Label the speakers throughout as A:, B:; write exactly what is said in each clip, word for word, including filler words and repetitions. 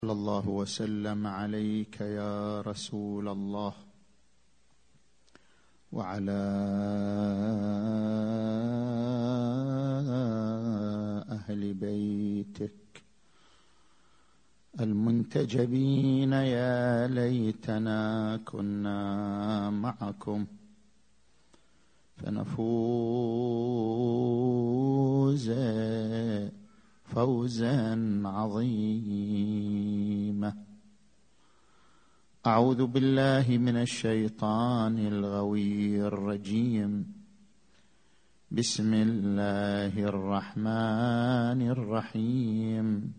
A: صلى الله وسلم عليك يا رسول الله وعلى أهل بيتك المنتجبين. يا ليتنا كنا معكم فنفوز فوزا عظيما. أعوذ بالله من الشيطان الغوي الرجيم. بسم الله الرحمن الرحيم.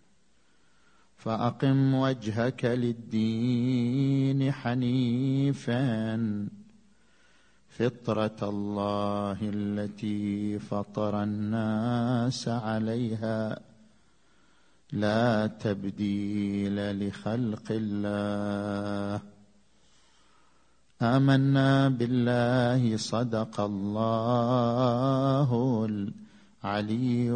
A: فأقم وجهك للدين حنيفا فطرة الله التي فطر الناس عليها لا تبديل لخلق الله. آمنا بالله صدق الله العلي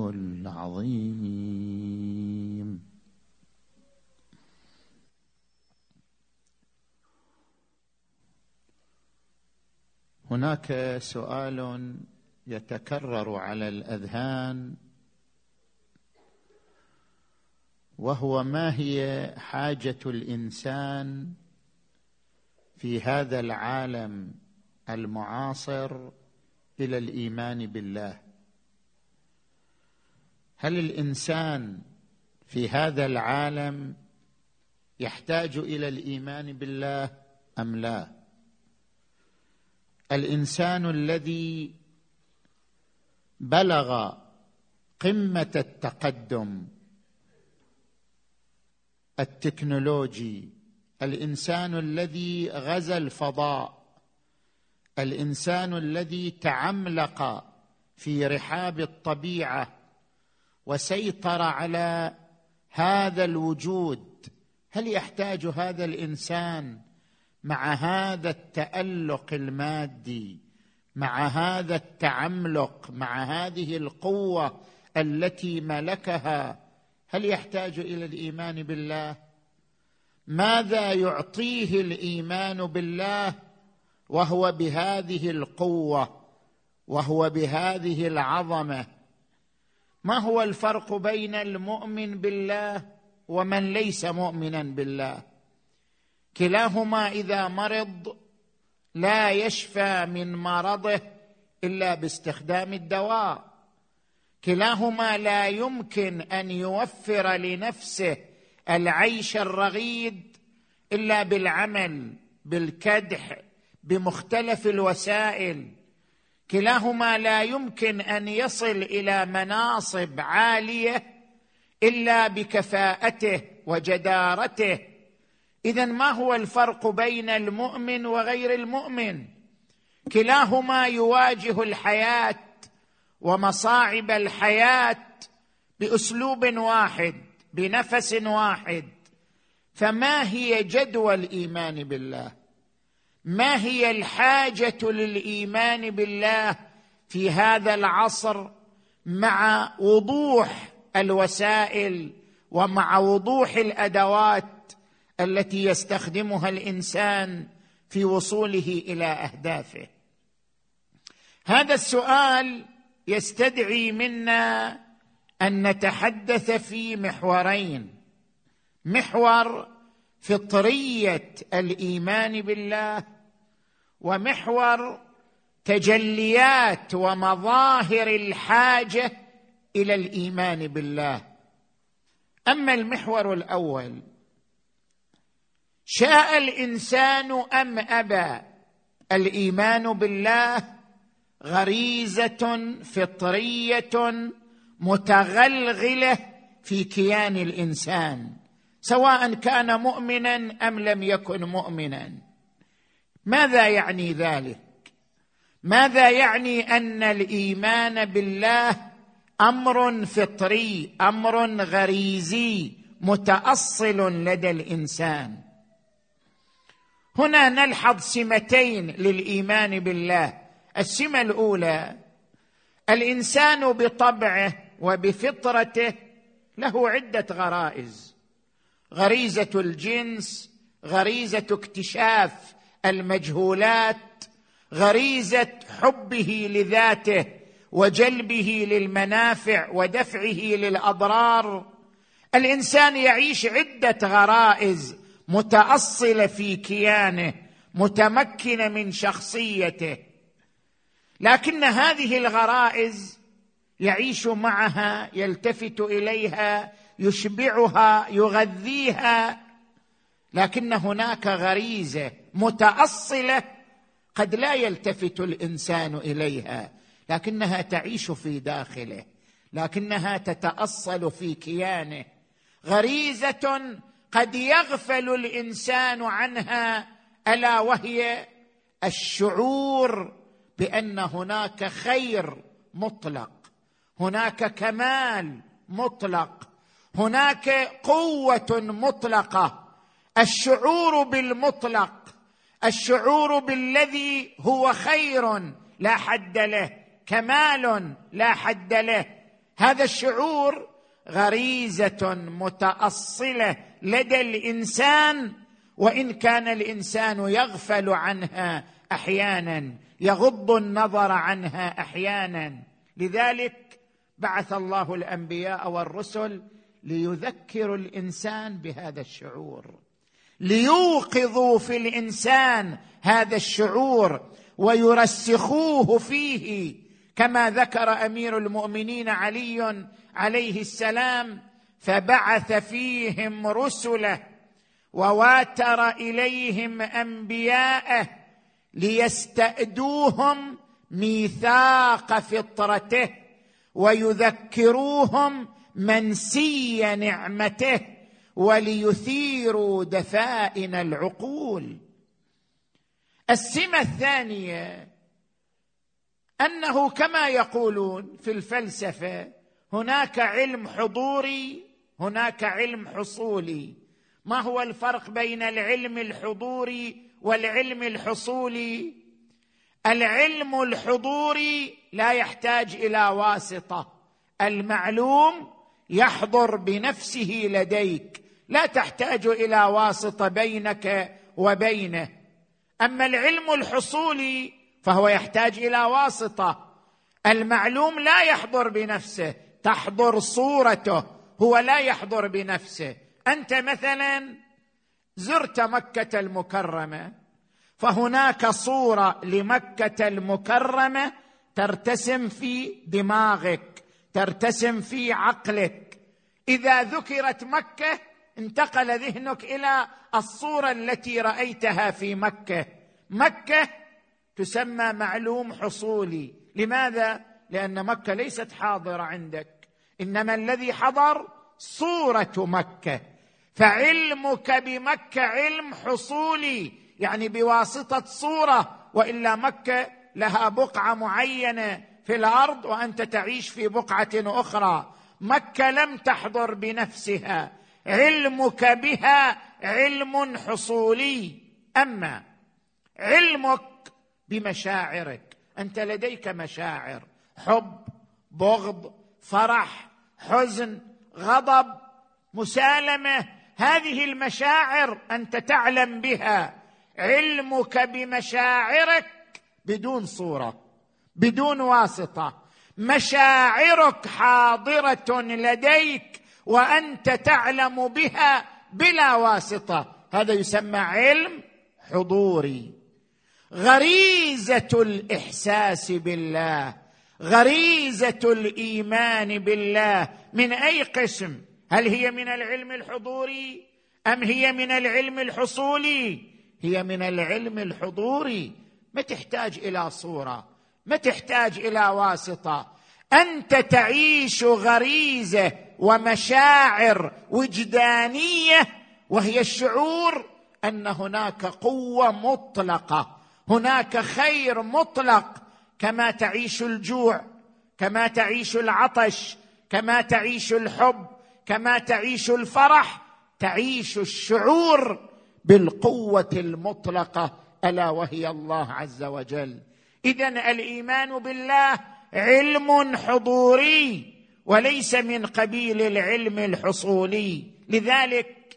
A: العظيم. هناك سؤال يتكرر على الأذهان، وهو: ما هي حاجة الإنسان في هذا العالم المعاصر إلى الإيمان بالله؟ هل الإنسان في هذا العالم يحتاج إلى الإيمان بالله أم لا؟ الإنسان الذي بلغ قمة التقدم التكنولوجي، الإنسان الذي غزا الفضاء، الإنسان الذي تعملق في رحاب الطبيعة وسيطر على هذا الوجود، هل يحتاج هذا الإنسان مع هذا التألق المادي، مع هذا التعملق، مع هذه القوة التي ملكها، هل يحتاج إلى الإيمان بالله؟ ماذا يعطيه الإيمان بالله وهو بهذه القوة وهو بهذه العظمة؟ ما هو الفرق بين المؤمن بالله ومن ليس مؤمنا بالله؟ كلاهما إذا مرض لا يشفى من مرضه إلا باستخدام الدواء، كلاهما لا يمكن أن يوفر لنفسه العيش الرغيد إلا بالعمل، بالكدح، بمختلف الوسائل، كلاهما لا يمكن أن يصل إلى مناصب عالية إلا بكفاءته وجدارته. إذن ما هو الفرق بين المؤمن وغير المؤمن؟ كلاهما يواجه الحياة ومصاعب الحياة بأسلوب واحد، بنفس واحد. فما هي جدوى الإيمان بالله؟ ما هي الحاجة للإيمان بالله في هذا العصر مع وضوح الوسائل ومع وضوح الأدوات التي يستخدمها الإنسان في وصوله إلى أهدافه؟ هذا السؤال يستدعي منا أن نتحدث في محورين: محور فطرية الإيمان بالله، ومحور تجليات ومظاهر الحاجة إلى الإيمان بالله. أما المحور الأول، شاء الإنسان أم أبى، الإيمان بالله غريزة فطرية متغلغلة في كيان الإنسان، سواء كان مؤمنا أم لم يكن مؤمنا. ماذا يعني ذلك؟ ماذا يعني أن الإيمان بالله أمر فطري، أمر غريزي متأصل لدى الإنسان؟ هنا نلحظ سمتين للإيمان بالله. السمة الأولى: الإنسان بطبعه وبفطرته له عدة غرائز، غريزة الجنس، غريزة اكتشاف المجهولات، غريزة حبه لذاته وجلبه للمنافع ودفعه للأضرار. الإنسان يعيش عدة غرائز متأصلة في كيانه، متمكنة من شخصيته، لكن هذه الغرائز يعيش معها، يلتفت إليها، يشبعها، يغذيها، لكن هناك غريزة متأصلة قد لا يلتفت الإنسان إليها، لكنها تعيش في داخله، لكنها تتأصل في كيانه، غريزة قد يغفل الإنسان عنها، ألا وهي الشعور بأن هناك خير مطلق، هناك كمال مطلق، هناك قوة مطلقة، الشعور بالمطلق، الشعور بالذي هو خير لا حد له، كمال لا حد له. هذا الشعور غريزة متأصلة لدى الإنسان، وإن كان الإنسان يغفل عنها أحيانا، يغض النظر عنها أحيانا. لذلك بعث الله الأنبياء والرسل ليذكروا الإنسان بهذا الشعور، ليوقظوا في الإنسان هذا الشعور ويرسخوه فيه، كما ذكر أمير المؤمنين علي عليه السلام: فبعث فيهم رسله وواتر إليهم أنبياءه ليستأدوهم ميثاق فطرته ويذكروهم منسي نعمته وليثيروا دفائن العقول. السمة الثانية أنه كما يقولون في الفلسفة هناك علم حضوري، هناك علم حصولي. ما هو الفرق بين العلم الحضوري والعلم الحصولي؟ العلم الحضوري لا يحتاج إلى واسطة، المعلوم يحضر بنفسه لديك، لا تحتاج إلى واسطة بينك وبينه. أما العلم الحصولي فهو يحتاج إلى واسطة، المعلوم لا يحضر بنفسه، تحضر صورته، هو لا يحضر بنفسه. أنت مثلا زرت مكة المكرمة، فهناك صورة لمكة المكرمة ترتسم في دماغك، ترتسم في عقلك. إذا ذكرت مكة انتقل ذهنك إلى الصورة التي رأيتها في مكة. مكة تسمى معلوم حصولي. لماذا؟ لأن مكة ليست حاضرة عندك، إنما الذي حضر صورة مكة. فعلمك بمكة علم حصولي، يعني بواسطة صورة، وإلا مكة لها بقعة معينة في الأرض وأنت تعيش في بقعة أخرى. مكة لم تحضر بنفسها، علمك بها علم حصولي. أما علمك بمشاعرك، أنت لديك مشاعر، حب، بغض، فرح، حزن، غضب، مسالمة، هذه المشاعر أنت تعلم بها. علمك بمشاعرك بدون صورة، بدون واسطة، مشاعرك حاضرة لديك وأنت تعلم بها بلا واسطة، هذا يسمى علم حضوري. غريزة الإحساس بالله، غريزة الإيمان بالله من أي قسم؟ هل هي من العلم الحضوري أم هي من العلم الحصولي؟ هي من العلم الحضوري، ما تحتاج إلى صورة، ما تحتاج إلى واسطة، أنت تعيش غريزة ومشاعر وجدانية، وهي الشعور أن هناك قوة مطلقة، هناك خير مطلق، كما تعيش الجوع، كما تعيش العطش، كما تعيش الحب، كما تعيش الفرح، تعيش الشعور بالقوة المطلقة ألا وهي الله عز وجل. إذن الإيمان بالله علم حضوري وليس من قبيل العلم الحصولي. لذلك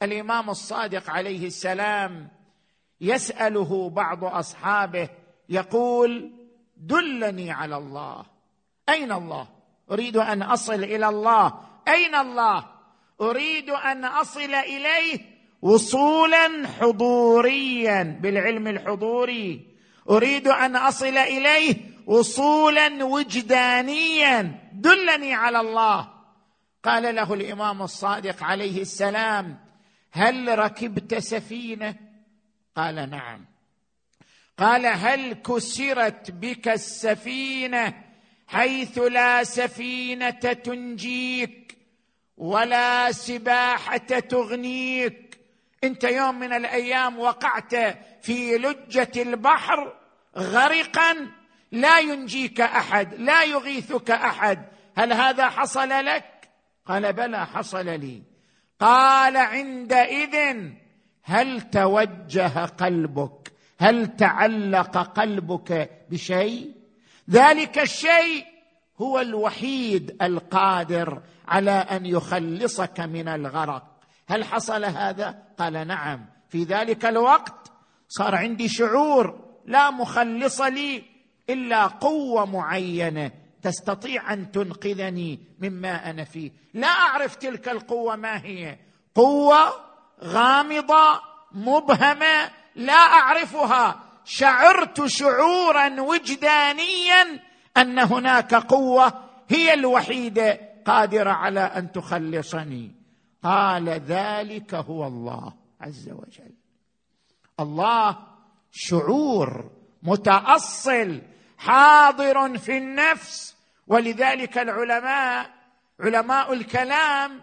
A: الإمام الصادق عليه السلام يسأله بعض أصحابه يقول: دلني على الله. أين الله؟ أريد أن أصل إلى الله. أين الله؟ أريد أن أصل إليه وصولا حضوريا بالعلم الحضوري، أريد أن أصل إليه وصولا وجدانيا، دلني على الله. قال له الإمام الصادق عليه السلام: هل ركبت سفينة؟ قال: نعم. قال: هل كسرت بك السفينة حيث لا سفينة تنجيك ولا سباحة تغنيك؟ انت يوم من الأيام وقعت في لجة البحر غرقا، لا ينجيك أحد، لا يغيثك أحد، هل هذا حصل لك؟ قال: بلى، حصل لي. قال: عندئذ هل توجه قلبك؟ هل تعلق قلبك بشيء؟ ذلك الشيء هو الوحيد القادر على أن يخلصك من الغرق. هل حصل هذا؟ قال: نعم. في ذلك الوقت صار عندي شعور لا مخلص لي إلا قوة معينة تستطيع أن تنقذني مما أنا فيه. لا أعرف تلك القوة ما هي، قوة غامضة مبهمة لا أعرفها. شعرت شعورا وجدانيا أن هناك قوة هي الوحيدة قادرة على أن تخلصني. قال: ذلك هو الله عز وجل. الله شعور متأصل حاضر في النفس، ولذلك العلماء علماء الكلام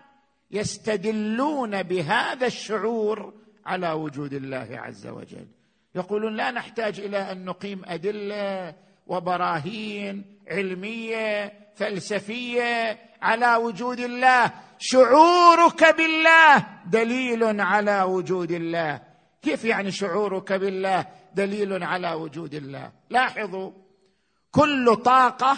A: يستدلون بهذا الشعور على وجود الله عز وجل. يقولون: لا نحتاج إلى أن نقيم أدلة وبراهين علمية فلسفية على وجود الله، شعورك بالله دليل على وجود الله. كيف يعني شعورك بالله دليل على وجود الله؟ لاحظوا، كل طاقة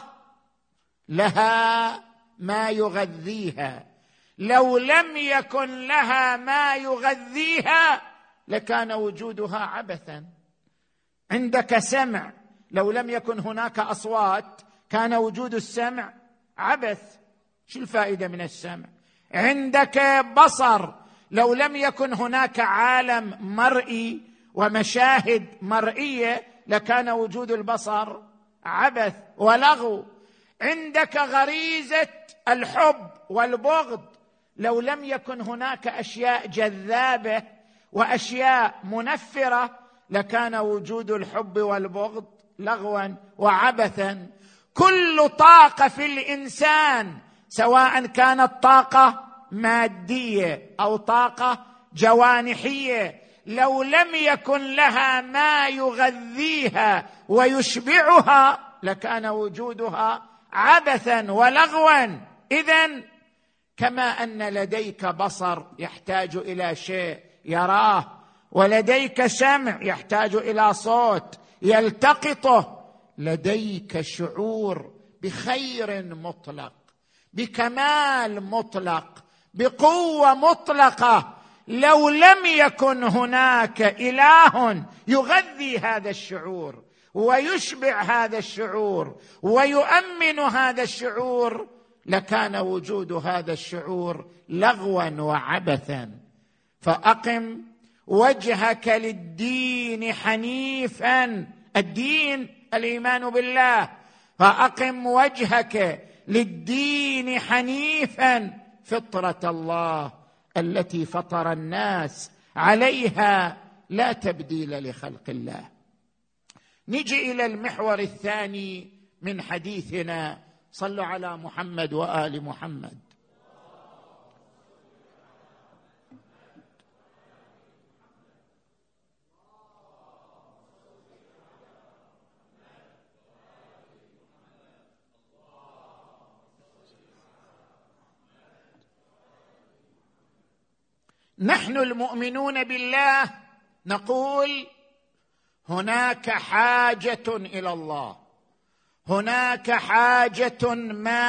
A: لها ما يغذيها، لو لم يكن لها ما يغذيها لكان وجودها عبثا. عندك سمع، لو لم يكن هناك أصوات كان وجود السمع عبث، شو الفائدة من السمع؟ عندك بصر، لو لم يكن هناك عالم مرئي ومشاهد مرئية لكان وجود البصر عبث ولغو. عندك غريزة الحب والبغض، لو لم يكن هناك أشياء جذابة وأشياء منفرة لكان وجود الحب والبغض لغوا وعبثا. كل طاقة في الإنسان سواء كانت طاقة مادية أو طاقة جوانحية، لو لم يكن لها ما يغذيها ويشبعها لكان وجودها عبثا ولغوا. إذن كما أن لديك بصر يحتاج إلى شيء يراه، ولديك سمع يحتاج إلى صوت يلتقطه، لديك شعور بخير مطلق، بكمال مطلق، بقوة مطلقة. لو لم يكن هناك إله يغذي هذا الشعور ويشبع هذا الشعور ويؤمن هذا الشعور لكان وجود هذا الشعور لغوا وعبثا. فأقم وجهك للدين حنيفا، الدين الإيمان بالله، فأقم وجهك للدين حنيفا فطرة الله التي فطر الناس عليها لا تبديل لخلق الله. نجي إلى المحور الثاني من حديثنا، صلوا على محمد وآل محمد. نحن المؤمنون بالله نقول هناك حاجة إلى الله، هناك حاجة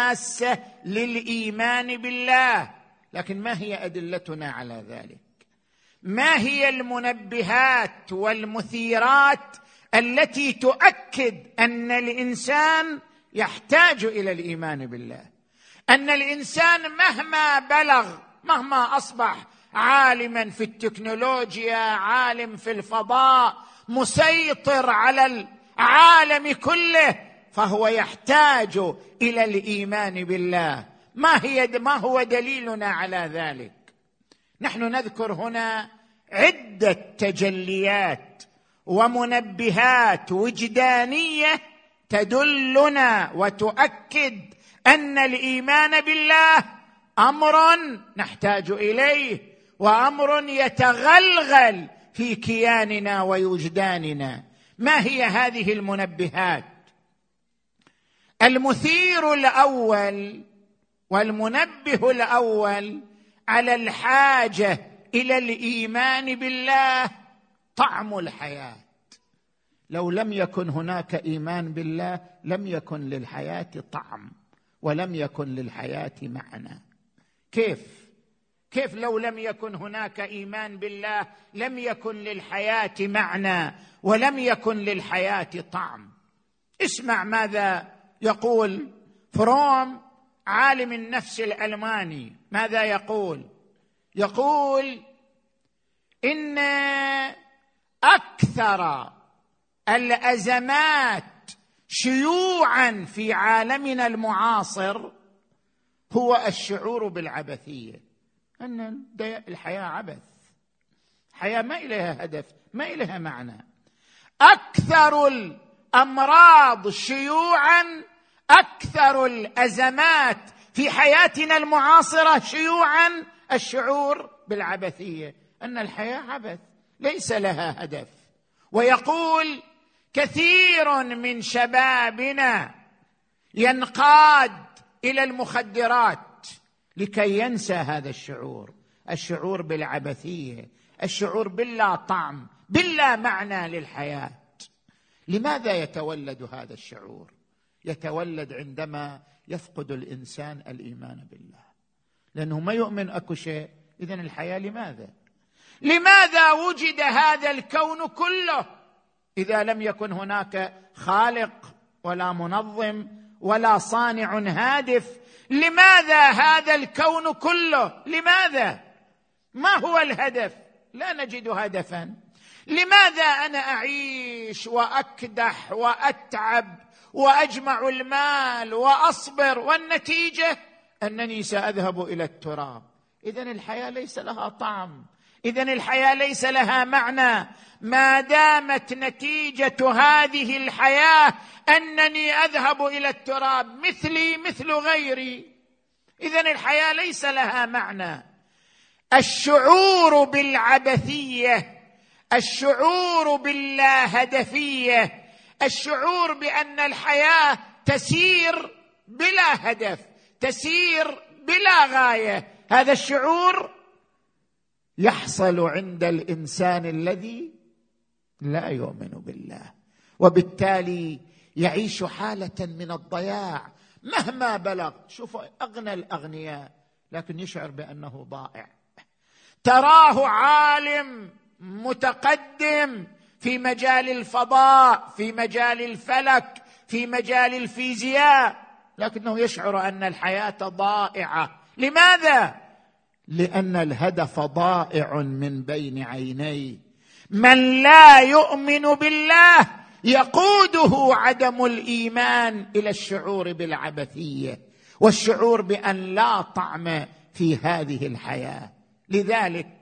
A: ماسة للإيمان بالله، لكن ما هي أدلتنا على ذلك؟ ما هي المنبهات والمثيرات التي تؤكد ان الانسان يحتاج الى الايمان بالله، ان الانسان مهما بلغ، مهما اصبح عالما في التكنولوجيا، عالم في الفضاء، مسيطر على العالم كله، فهو يحتاج الى الايمان بالله. ما هي ما هو دليلنا على ذلك؟ نحن نذكر هنا عدة تجليات ومنبهات وجدانية تدلنا وتؤكد أن الإيمان بالله أمر نحتاج إليه، وأمر يتغلغل في كياننا ووجداننا. ما هي هذه المنبهات؟ المثير الأول والمنبه الأول على الحاجة إلى الإيمان بالله طعم الحياة. لو لم يكن هناك إيمان بالله لم يكن للحياة طعم ولم يكن للحياة معنى. كيف؟ كيف لو لم يكن هناك إيمان بالله لم يكن للحياة معنى ولم يكن للحياة طعم؟ اسمع ماذا يقول فروم عالم النفس الألماني. ماذا يقول؟ يقول إن أكثر الأزمات شيوعاً في عالمنا المعاصر هو الشعور بالعبثية، أن الحياة عبث، الحياة ما إليها هدف، ما إليها معنى. أكثر الأمراض شيوعاً، أكثر الأزمات في حياتنا المعاصرة شيوعاً الشعور بالعبثية، أن الحياة عبث ليس لها هدف. ويقول كثير من شبابنا ينقاد إلى المخدرات لكي ينسى هذا الشعور، الشعور بالعبثية، الشعور باللا طعم، باللا معنى للحياة. لماذا يتولد هذا الشعور؟ يتولد عندما يفقد الإنسان الإيمان بالله، لأنه ما يؤمن أكو شيء. إذن الحياة لماذا؟ لماذا وجد هذا الكون كله إذا لم يكن هناك خالق ولا منظم ولا صانع هادف؟ لماذا هذا الكون كله؟ لماذا؟ ما هو الهدف؟ لا نجد هدفا. لماذا أنا أعيش وأكدح وأتعب وأجمع المال وأصبر والنتيجة أنني سأذهب إلى التراب؟ إذن الحياة ليس لها طعم، إذن الحياة ليس لها معنى ما دامت نتيجة هذه الحياة أنني أذهب إلى التراب مثلي مثل غيري. إذن الحياة ليس لها معنى. الشعور بالعبثية، الشعور باللا هدفية، الشعور بأن الحياة تسير بلا هدف، تسير بلا غاية، هذا الشعور يحصل عند الإنسان الذي لا يؤمن بالله، وبالتالي يعيش حالة من الضياع مهما بلغ. شوفوا أغنى الأغنياء لكن يشعر بأنه ضائع. تراه عالم متقدم في مجال الفضاء، في مجال الفلك، في مجال الفيزياء، لكنه يشعر أن الحياة ضائعة. لماذا؟ لأن الهدف ضائع من بين عينيه. من لا يؤمن بالله يقوده عدم الإيمان إلى الشعور بالعبثية والشعور بأن لا طعم في هذه الحياة. لذلك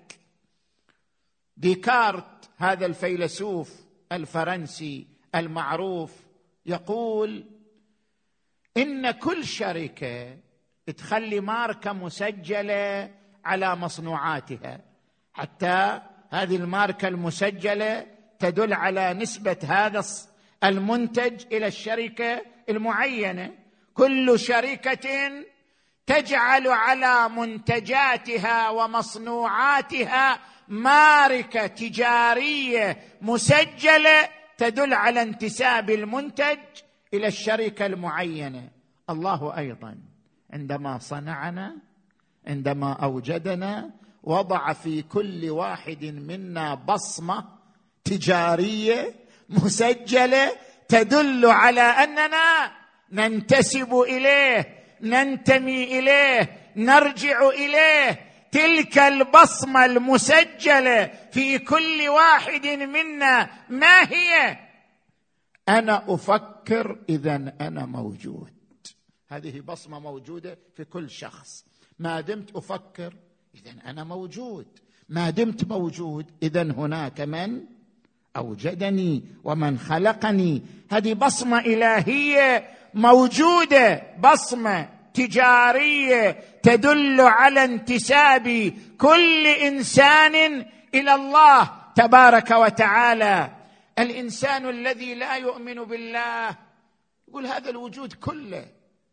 A: ديكارت هذا الفيلسوف الفرنسي المعروف يقول إن كل شركة تخلي ماركة مسجلة على مصنوعاتها، حتى هذه الماركة المسجلة تدل على نسبة هذا المنتج إلى الشركة المعينة. كل شركة تجعل على منتجاتها ومصنوعاتها ماركة تجارية مسجلة تدل على انتساب المنتج إلى الشركة المعينة. الله أيضا عندما صنعنا، عندما أوجدنا وضع في كل واحد منا بصمة تجارية مسجلة تدل على أننا ننتسب إليه، ننتمي إليه، نرجع إليه. تلك البصمة المسجلة في كل واحد منا ما هي؟ أنا أفكر إذن أنا موجود. هذه بصمة موجودة في كل شخص. ما دمت أفكر إذن أنا موجود، ما دمت موجود إذن هناك من أوجدني ومن خلقني. هذه بصمة إلهية موجودة، بصمة تجارية تدل على انتساب كل إنسان إلى الله تبارك وتعالى. الإنسان الذي لا يؤمن بالله يقول هذا الوجود كله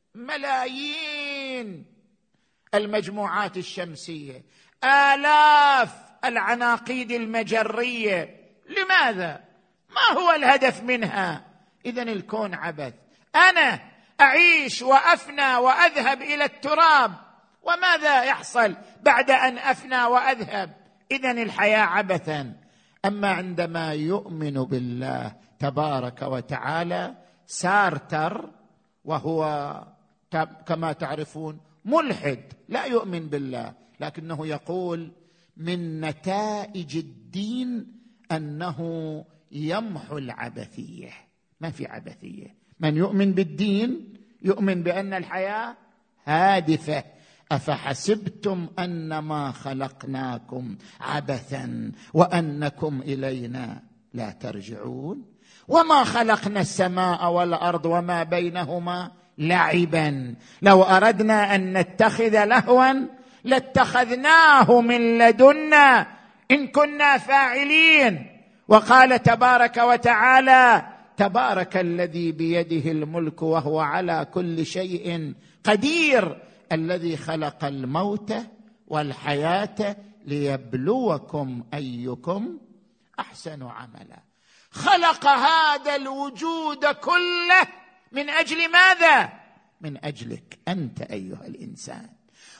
A: ملايين المجموعات الشمسية، آلاف العناقيد المجرية، لماذا؟ ما هو الهدف منها؟ إذن الكون عبث. أنا أعيش وأفنى وأذهب إلى التراب، وماذا يحصل بعد أن أفنى وأذهب؟ إذن الحياة عبثا. أما عندما يؤمن بالله تبارك وتعالى، سارتر وهو كما تعرفون ملحد لا يؤمن بالله، لكنه يقول من نتائج الدين أنه يمحو العبثية. ما في عبثية. من يؤمن بالدين يؤمن بأن الحياة هادفة. أفحسبتم أنما خلقناكم عبثا وأنكم إلينا لا ترجعون وما خلقنا السماء والأرض وما بينهما لعبا لو أردنا أن نتخذ لهوا لاتخذناه من لدنا إن كنا فاعلين. وقال تبارك وتعالى تبارك الذي بيده الملك وهو على كل شيء قدير الذي خلق الموت والحياة ليبلوكم أيكم أحسن عملا. خلق هذا الوجود كله من أجل ماذا؟ من أجلك أنت أيها الإنسان،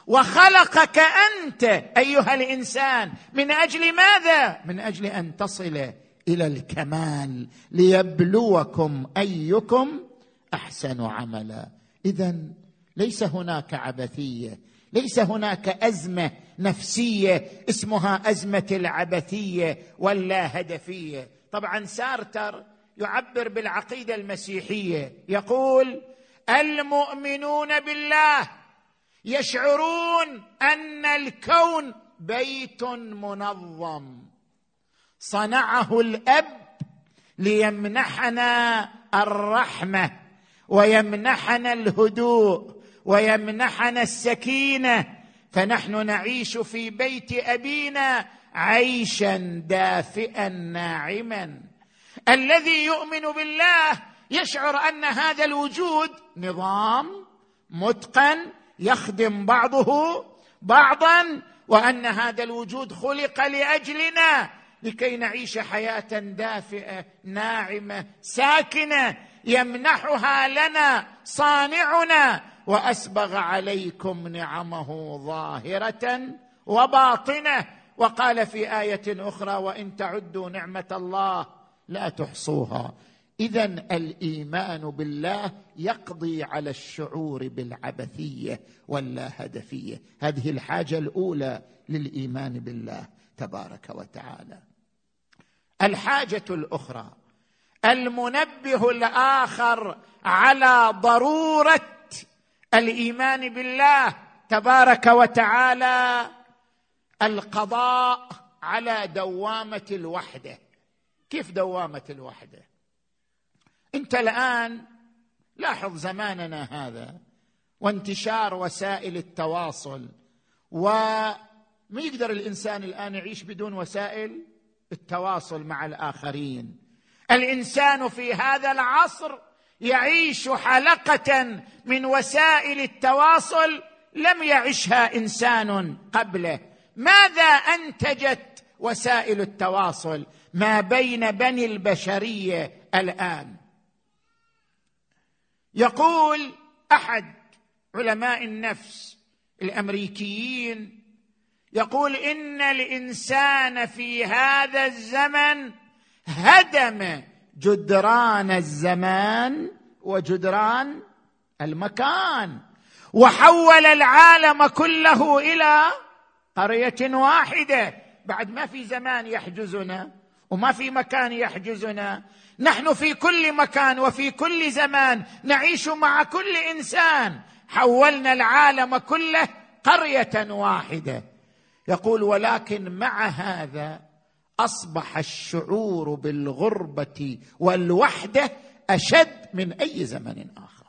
A: وخلقك أنت أيها الإنسان من أجل ماذا؟ من أجل أن تصل إلى الكمال، ليبلوكم أيكم أحسن عملا. إذن ليس هناك عبثية، ليس هناك أزمة نفسية اسمها أزمة العبثية واللا هدفية. طبعا سارتر يعبر بالعقيدة المسيحية، يقول المؤمنون بالله يشعرون أن الكون بيت منظم صنعه الأب ليمنحنا الرحمة ويمنحنا الهدوء ويمنحنا السكينة، فنحن نعيش في بيت أبينا عيشا دافئا ناعما. الذي يؤمن بالله يشعر أن هذا الوجود نظام متقن يخدم بعضه بعضا، وأن هذا الوجود خلق لأجلنا لكي نعيش حياة دافئة ناعمة ساكنة يمنحها لنا صانعنا، وأسبغ عليكم نعمه ظاهرة وباطنة. وقال في آية أخرى وإن تعدوا نعمة الله لا تحصوها. إذن الإيمان بالله يقضي على الشعور بالعبثية واللا هدفية. هذه الحاجة الأولى للإيمان بالله تبارك وتعالى. الحاجة الأخرى المنبه الآخر على ضرورة الإيمان بالله تبارك وتعالى القضاء على دوامة الوحدة. كيف دوامة الوحدة؟ أنت الآن لاحظ زماننا هذا وانتشار وسائل التواصل، وما يقدر الإنسان الآن يعيش بدون وسائل التواصل مع الآخرين. الإنسان في هذا العصر يعيش حلقة من وسائل التواصل لم يعشها إنسان قبله. ماذا أنتجت وسائل التواصل ما بين بني البشرية الآن؟ يقول أحد علماء النفس الأمريكيين، يقول إن الإنسان في هذا الزمن هدم جدران الزمان وجدران المكان، وحول العالم كله إلى قرية واحدة. بعد ما في زمان يحجزنا وما في مكان يحجزنا، نحن في كل مكان وفي كل زمان نعيش مع كل إنسان. حولنا العالم كله قرية واحدة. يقول ولكن مع هذا أصبح الشعور بالغربة والوحدة أشد من أي زمن آخر،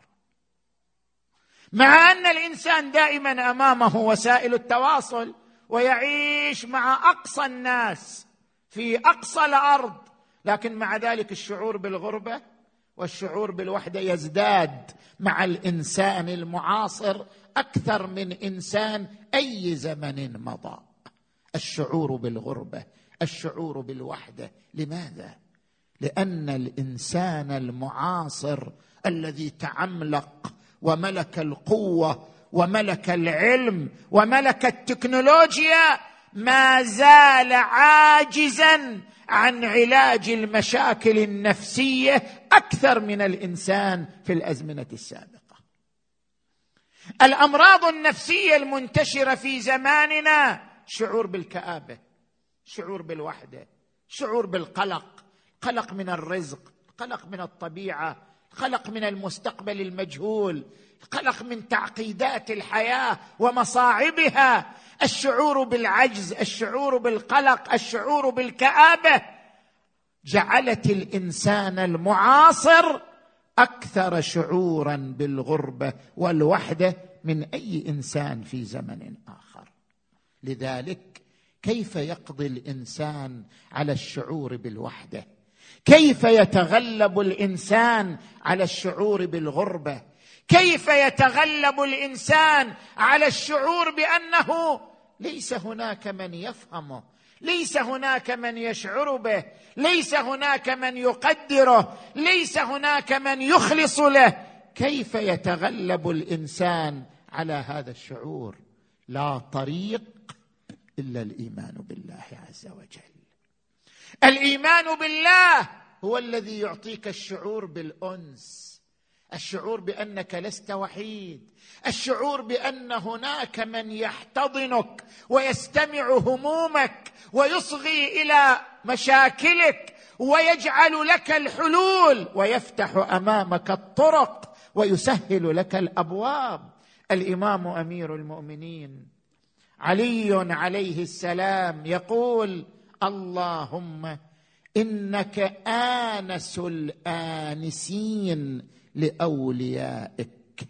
A: مع أن الإنسان دائما أمامه وسائل التواصل ويعيش مع أقصى الناس في أقصى الأرض، لكن مع ذلك الشعور بالغربة والشعور بالوحدة يزداد مع الإنسان المعاصر أكثر من إنسان أي زمن مضى. الشعور بالغربة، الشعور بالوحدة. لماذا؟ لأن الإنسان المعاصر الذي تعملق وملك القوة وملك العلم وملك التكنولوجيا ما زال عاجزا عن علاج المشاكل النفسية أكثر من الإنسان في الأزمنة السابقة. الأمراض النفسية المنتشرة في زماننا شعور بالكآبة، شعور بالوحدة، شعور بالقلق، قلق من الرزق، قلق من الطبيعة، قلق من المستقبل المجهول، قلق من تعقيدات الحياة ومصاعبها، الشعور بالعجز، الشعور بالقلق، الشعور بالكآبة، جعلت الإنسان المعاصر أكثر شعورا بالغربة والوحدة من أي إنسان في زمن آخر. لذلك كيف يقضي الإنسان على الشعور بالوحدة؟ كيف يتغلب الإنسان على الشعور بالغربة؟ كيف يتغلب الإنسان على الشعور بأنه ليس هناك من يفهمه، ليس هناك من يشعر به، ليس هناك من يقدره، ليس هناك من يخلص له؟ كيف يتغلب الإنسان على هذا الشعور؟ لا طريق إلا الإيمان بالله عز وجل. الإيمان بالله هو الذي يعطيك الشعور بالأنس، الشعور بأنك لست وحيد، الشعور بأن هناك من يحتضنك ويستمع همومك ويصغي إلى مشاكلك ويجعل لك الحلول ويفتح أمامك الطرق ويسهل لك الأبواب. الإمام أمير المؤمنين علي عليه السلام يقول: اللهم إنك آنس الآنسين لأوليائك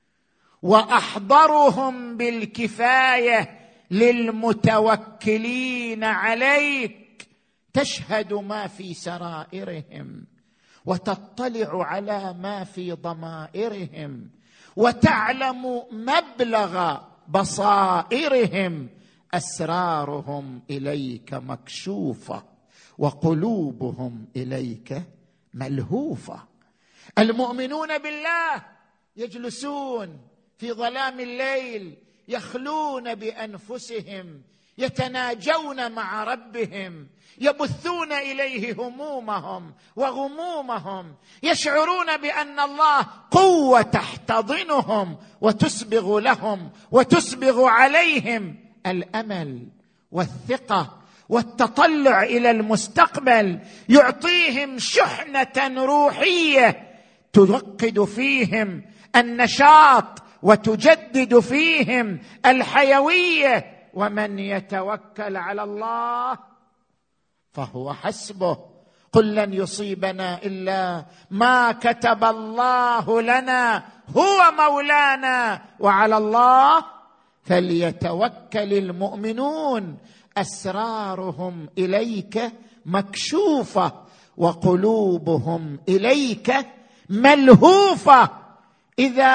A: وأحضرهم بالكفاية للمتوكلين عليك، تشهد ما في سرائرهم وتطلع على ما في ضمائرهم وتعلم مبلغ بصائرهم، أسرارهم إليك مكشوفة وقلوبهم إليك ملهوفة. المؤمنون بالله يجلسون في ظلام الليل، يخلون بأنفسهم، يتناجون مع ربهم، يبثون إليه همومهم وغمومهم، يشعرون بأن الله قوة تحتضنهم وتسبغ لهم وتسبغ عليهم الأمل والثقة والتطلع إلى المستقبل، يعطيهم شحنة روحية توقد فيهم النشاط وتجدد فيهم الحيوية. ومن يتوكل على الله فهو حسبه، قل لن يصيبنا إلا ما كتب الله لنا هو مولانا وعلى الله فليتوكل المؤمنون. أسرارهم إليك مكشوفة وقلوبهم إليك ملهوفة. إذا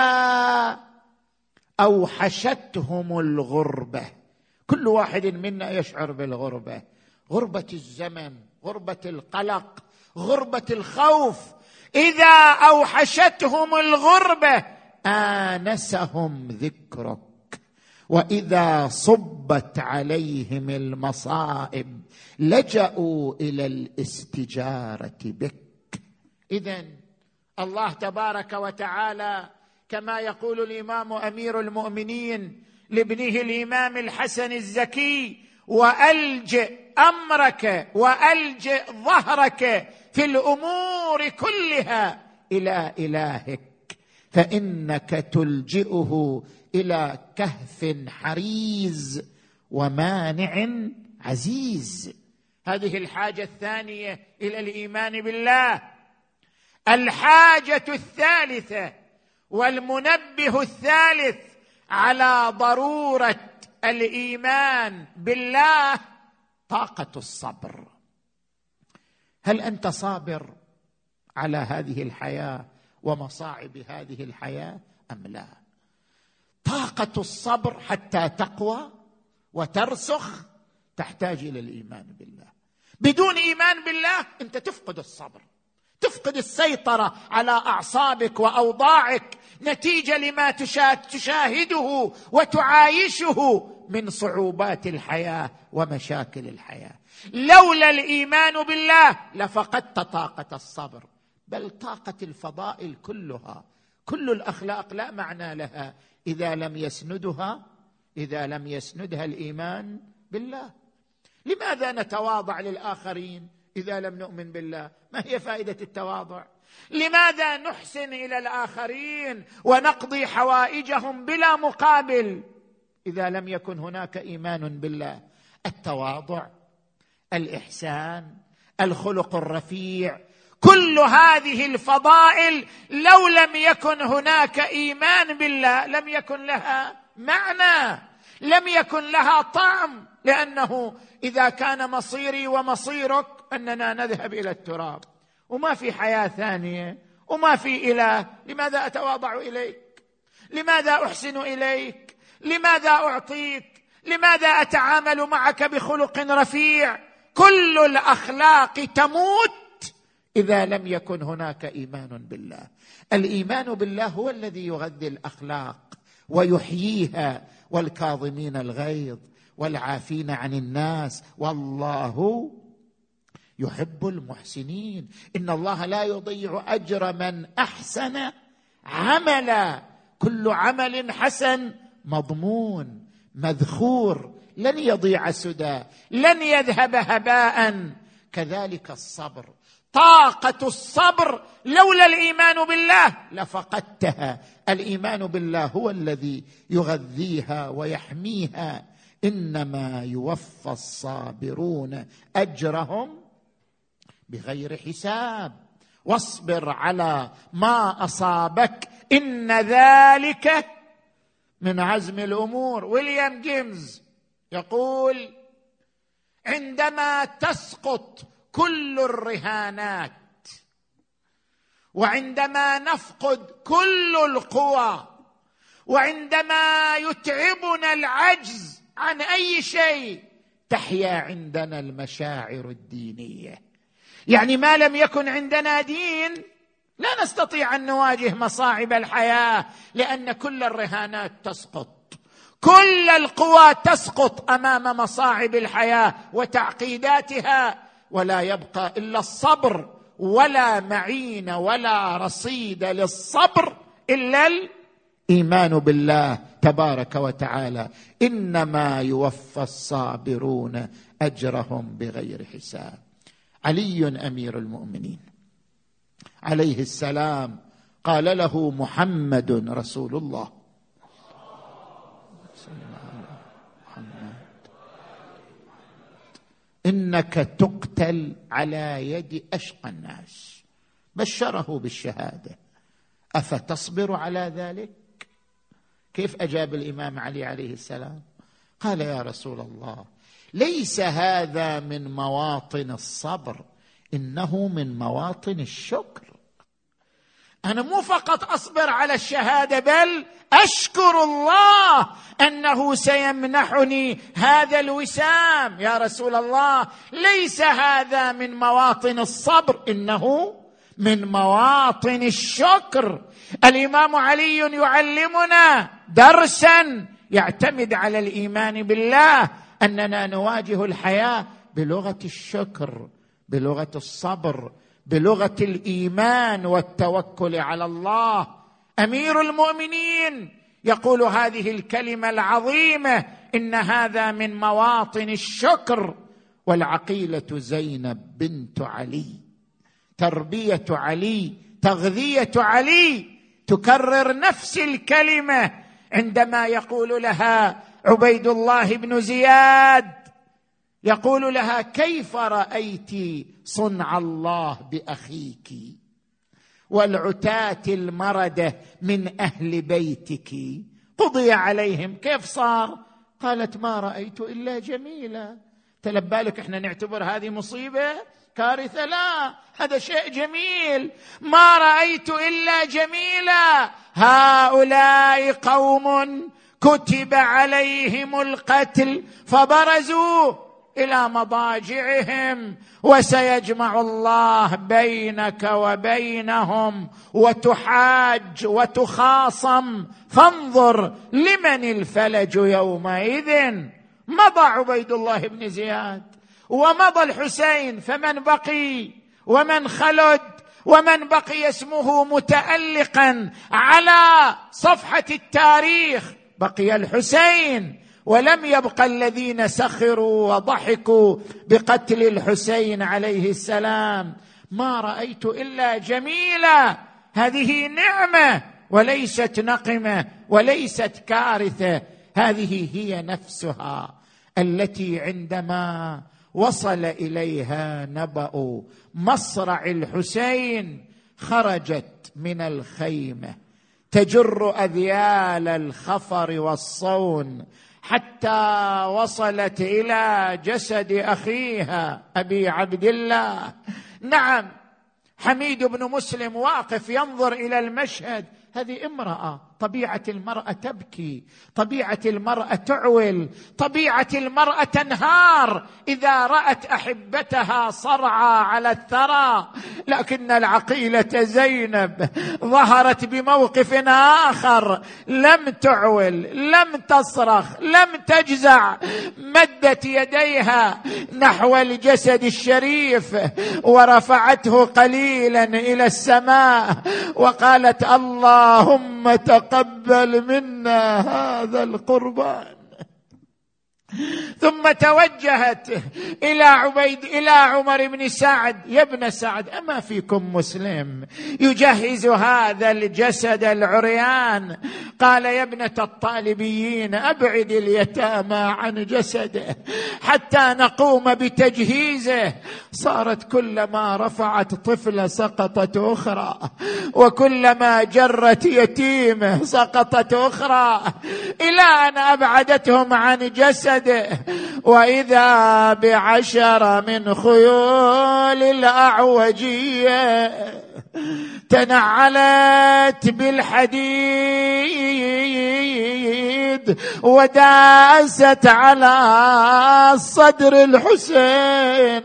A: أوحشتهم الغربة، كل واحد منا يشعر بالغربة، غربة الزمن، غربة القلق، غربة الخوف. إذا أوحشتهم الغربة آنسهم ذكرك واذا صبت عليهم المصائب لجأوا الى الاستجارة بك. إذن الله تبارك وتعالى كما يقول الإمام أمير المؤمنين لابنه الإمام الحسن الزكي: وألجئ أمرك وألجئ ظهرك في الأمور كلها إلى إلهك، فإنك تلجئه إلى كهف حريز ومانع عزيز. هذه الحاجة الثانية إلى الإيمان بالله. الحاجة الثالثة والمنبه الثالث على ضرورة الإيمان بالله طاقة الصبر. هل أنت صابر على هذه الحياة ومصاعب هذه الحياة أم لا؟ طاقة الصبر حتى تقوى وترسخ تحتاج إلى الإيمان بالله. بدون إيمان بالله أنت تفقد الصبر، تفقد السيطرة على أعصابك وأوضاعك نتيجة لما تشاهده وتعايشه من صعوبات الحياة ومشاكل الحياة. لولا الإيمان بالله لفقدت طاقة الصبر، بل طاقة الفضائل كلها. كل الأخلاق لا معنى لها إذا لم يسندها إذا لم يسندها الإيمان بالله. لماذا نتواضع للآخرين إذا لم نؤمن بالله؟ ما هي فائدة التواضع؟ لماذا نحسن إلى الآخرين ونقضي حوائجهم بلا مقابل إذا لم يكن هناك إيمان بالله؟ التواضع، الإحسان، الخلق الرفيع، كل هذه الفضائل لو لم يكن هناك إيمان بالله لم يكن لها معنى، لم يكن لها طعم، لأنه إذا كان مصيري ومصيرك أننا نذهب إلى التراب وما في حياة ثانية وما في إله، لماذا أتواضع إليك؟ لماذا أحسن إليك؟ لماذا أعطيك؟ لماذا أتعامل معك بخلق رفيع؟ كل الأخلاق تموت إذا لم يكن هناك إيمان بالله. الإيمان بالله هو الذي يغذي الأخلاق ويحييها، والكاظمين الغيظ والعافين عن الناس والله يحب المحسنين. إن الله لا يضيع أجر من أحسن عملا. كل عمل حسن مضمون مذخور، لن يضيع سدى، لن يذهب هباء. كذلك الصبر، طاقة الصبر لولا الإيمان بالله لفقدتها. الإيمان بالله هو الذي يغذيها ويحميها. إنما يوفى الصابرون أجرهم بغير حساب. واصبر على ما أصابك إن ذلك من عزم الأمور. ويليام جيمس يقول: عندما تسقط كل الرهانات، وعندما نفقد كل القوى، وعندما يتعبنا العجز عن أي شيء، تحيا عندنا المشاعر الدينية. يعني ما لم يكن عندنا دين لا نستطيع أن نواجه مصاعب الحياة، لأن كل الرهانات تسقط، كل القوى تسقط أمام مصاعب الحياة وتعقيداتها، ولا يبقى إلا الصبر، ولا معين ولا رصيد للصبر إلا الإيمان بالله تبارك وتعالى. إنما يوفى الصابرون أجرهم بغير حساب. علي أمير المؤمنين عليه السلام قال له محمد رسول الله: إنك تقتل على يد أشقى الناس. بشره بالشهادة، أفتصبر على ذلك؟ كيف أجاب الإمام علي عليه السلام؟ قال: يا رسول الله، ليس هذا من مواطن الصبر، إنه من مواطن الشكر. أنا مو فقط أصبر على الشهادة، بل أشكر الله أنه سيمنحني هذا الوسام. يا رسول الله، ليس هذا من مواطن الصبر، إنه من مواطن الشكر. الإمام علي يعلمنا درسا يعتمد على الإيمان بالله أننا نواجه الحياة بلغة الشكر، بلغة الصبر، بلغة الإيمان والتوكل على الله. أمير المؤمنين يقول هذه الكلمة العظيمة: إن هذا من مواطن الشكر. والعقيلة زينب بنت علي، تربية علي، تغذية علي، تكرر نفس الكلمة عندما يقول لها عبيد الله بن زياد، يقول لها: كيف رأيت صنع الله بأخيك والعتاة المردة من أهل بيتك؟ قضي عليهم، كيف صار؟ قالت: ما رأيت إلا جميلا. تلبالك احنا نعتبر هذه مصيبة كارثة؟ لا، هذا شيء جميل. ما رأيت إلا جميلا. هؤلاء قوم كتب عليهم القتل فبرزوا إلى مضاجعهم، وسيجمع الله بينك وبينهم وتحاج وتخاصم، فانظر لمن الفلج يومئذ. مضى عبيد الله بن زياد ومضى الحسين، فمن بقي ومن خلد ومن بقي اسمه متألقا على صفحة التاريخ؟ بقي الحسين، ولم يبق الذين سخروا وضحكوا بقتل الحسين عليه السلام. ما رأيت إلا جميلة. هذه نعمة وليست نقمة وليست كارثة. هذه هي نفسها التي عندما وصل إليها نبأ مصرع الحسين خرجت من الخيمة تجر أذيال الخفر والصون حتى وصلت إلى جسد أخيها أبي عبد الله. نعم، حميد بن مسلم واقف ينظر إلى المشهد. هذه امرأة، طبيعة المرأة تبكي، طبيعة المرأة تعول، طبيعة المرأة تنهار إذا رأت أحبتها صرعى على الثرى. لكن العقيلة زينب ظهرت بموقف آخر، لم تعول، لم تصرخ، لم تجزع، مدت يديها نحو الجسد الشريف ورفعته قليلا إلى السماء وقالت: اللهم تقبل منا هذا القربان. ثم توجهت إلى عبيد إلى عمر بن سعد: يا ابن سعد، أما فيكم مسلم يجهز هذا الجسد العريان؟ قال: يا ابنة الطالبيين، أبعد اليتامى عن جسده حتى نقوم بتجهيزه. صارت كلما رفعت طفلة سقطت أخرى، وكلما جرت يتيمة سقطت أخرى، إلى أن أبعدتهم عن جسد. وإذا بعشر من خيول الأعوجية تنعلت بالحديد وداست على صدر الحسين.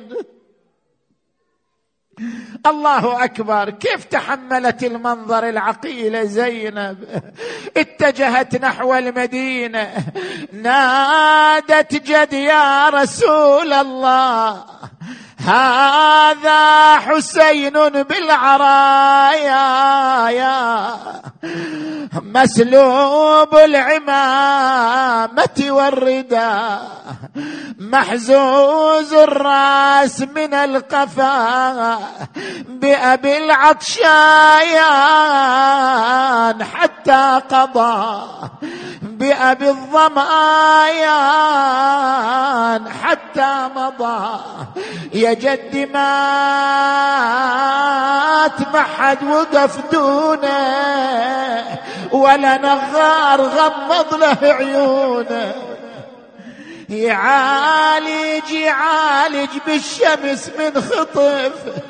A: الله أكبر! كيف تحملت المنظر العقيلة زينب؟ اتجهت نحو المدينة، نادت: جد يا رسول الله، هذا حسين بالعرايا مسلوب العمامة والرداء، محزوز الراس من القفا، بأبي العطشان حتى قضى، بأبي الظمآن حتى مضى. يا جد مات ما حد وقف دونه، ولا نغار غمض له عيونه. يعالج يعالج بالشمس من خطف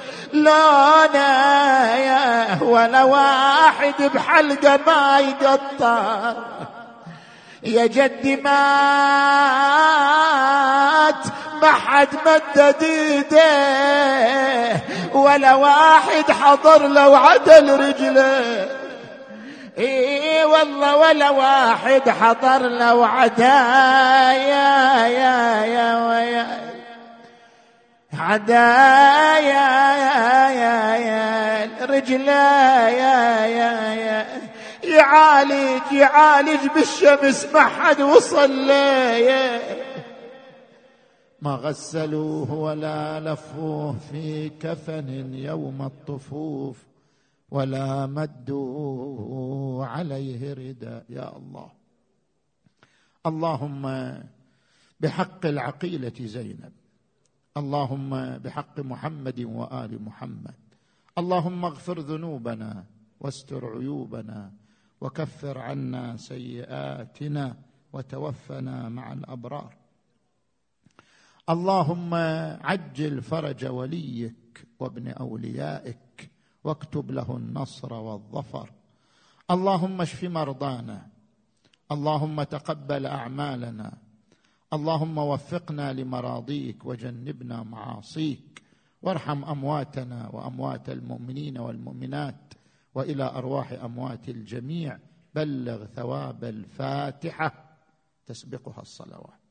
A: لونه، ولا واحد بحلقه ما يقطر. يا جدي مات ما حد مدد ايده، ولا واحد حضر لو عدل رجله. اي والله ولا واحد حضر له وعدايا يا يا ويا عدايا يا يا يا رجلا يا يا يا يعالج يعالج بالشمس ما حد وصل له، ما غسلوه ولا لفوه في كفن يوم الطفوف ولا مدوا عليه رداء. يا الله، اللهم بحق العقيلة زينب، اللهم بحق محمد وآل محمد، اللهم اغفر ذنوبنا واستر عيوبنا وكفر عنا سيئاتنا وتوفنا مع الأبرار. اللهم عجل فرج وليك وابن أوليائك واكتب له النصر والظفر. اللهم اشف مرضانا، اللهم تقبل أعمالنا، اللهم وفقنا لمراضيك وجنبنا معاصيك، وارحم أمواتنا وأموات المؤمنين والمؤمنات، وإلى أرواح أموات الجميع بلغ ثواب الفاتحة تسبقها الصلوات.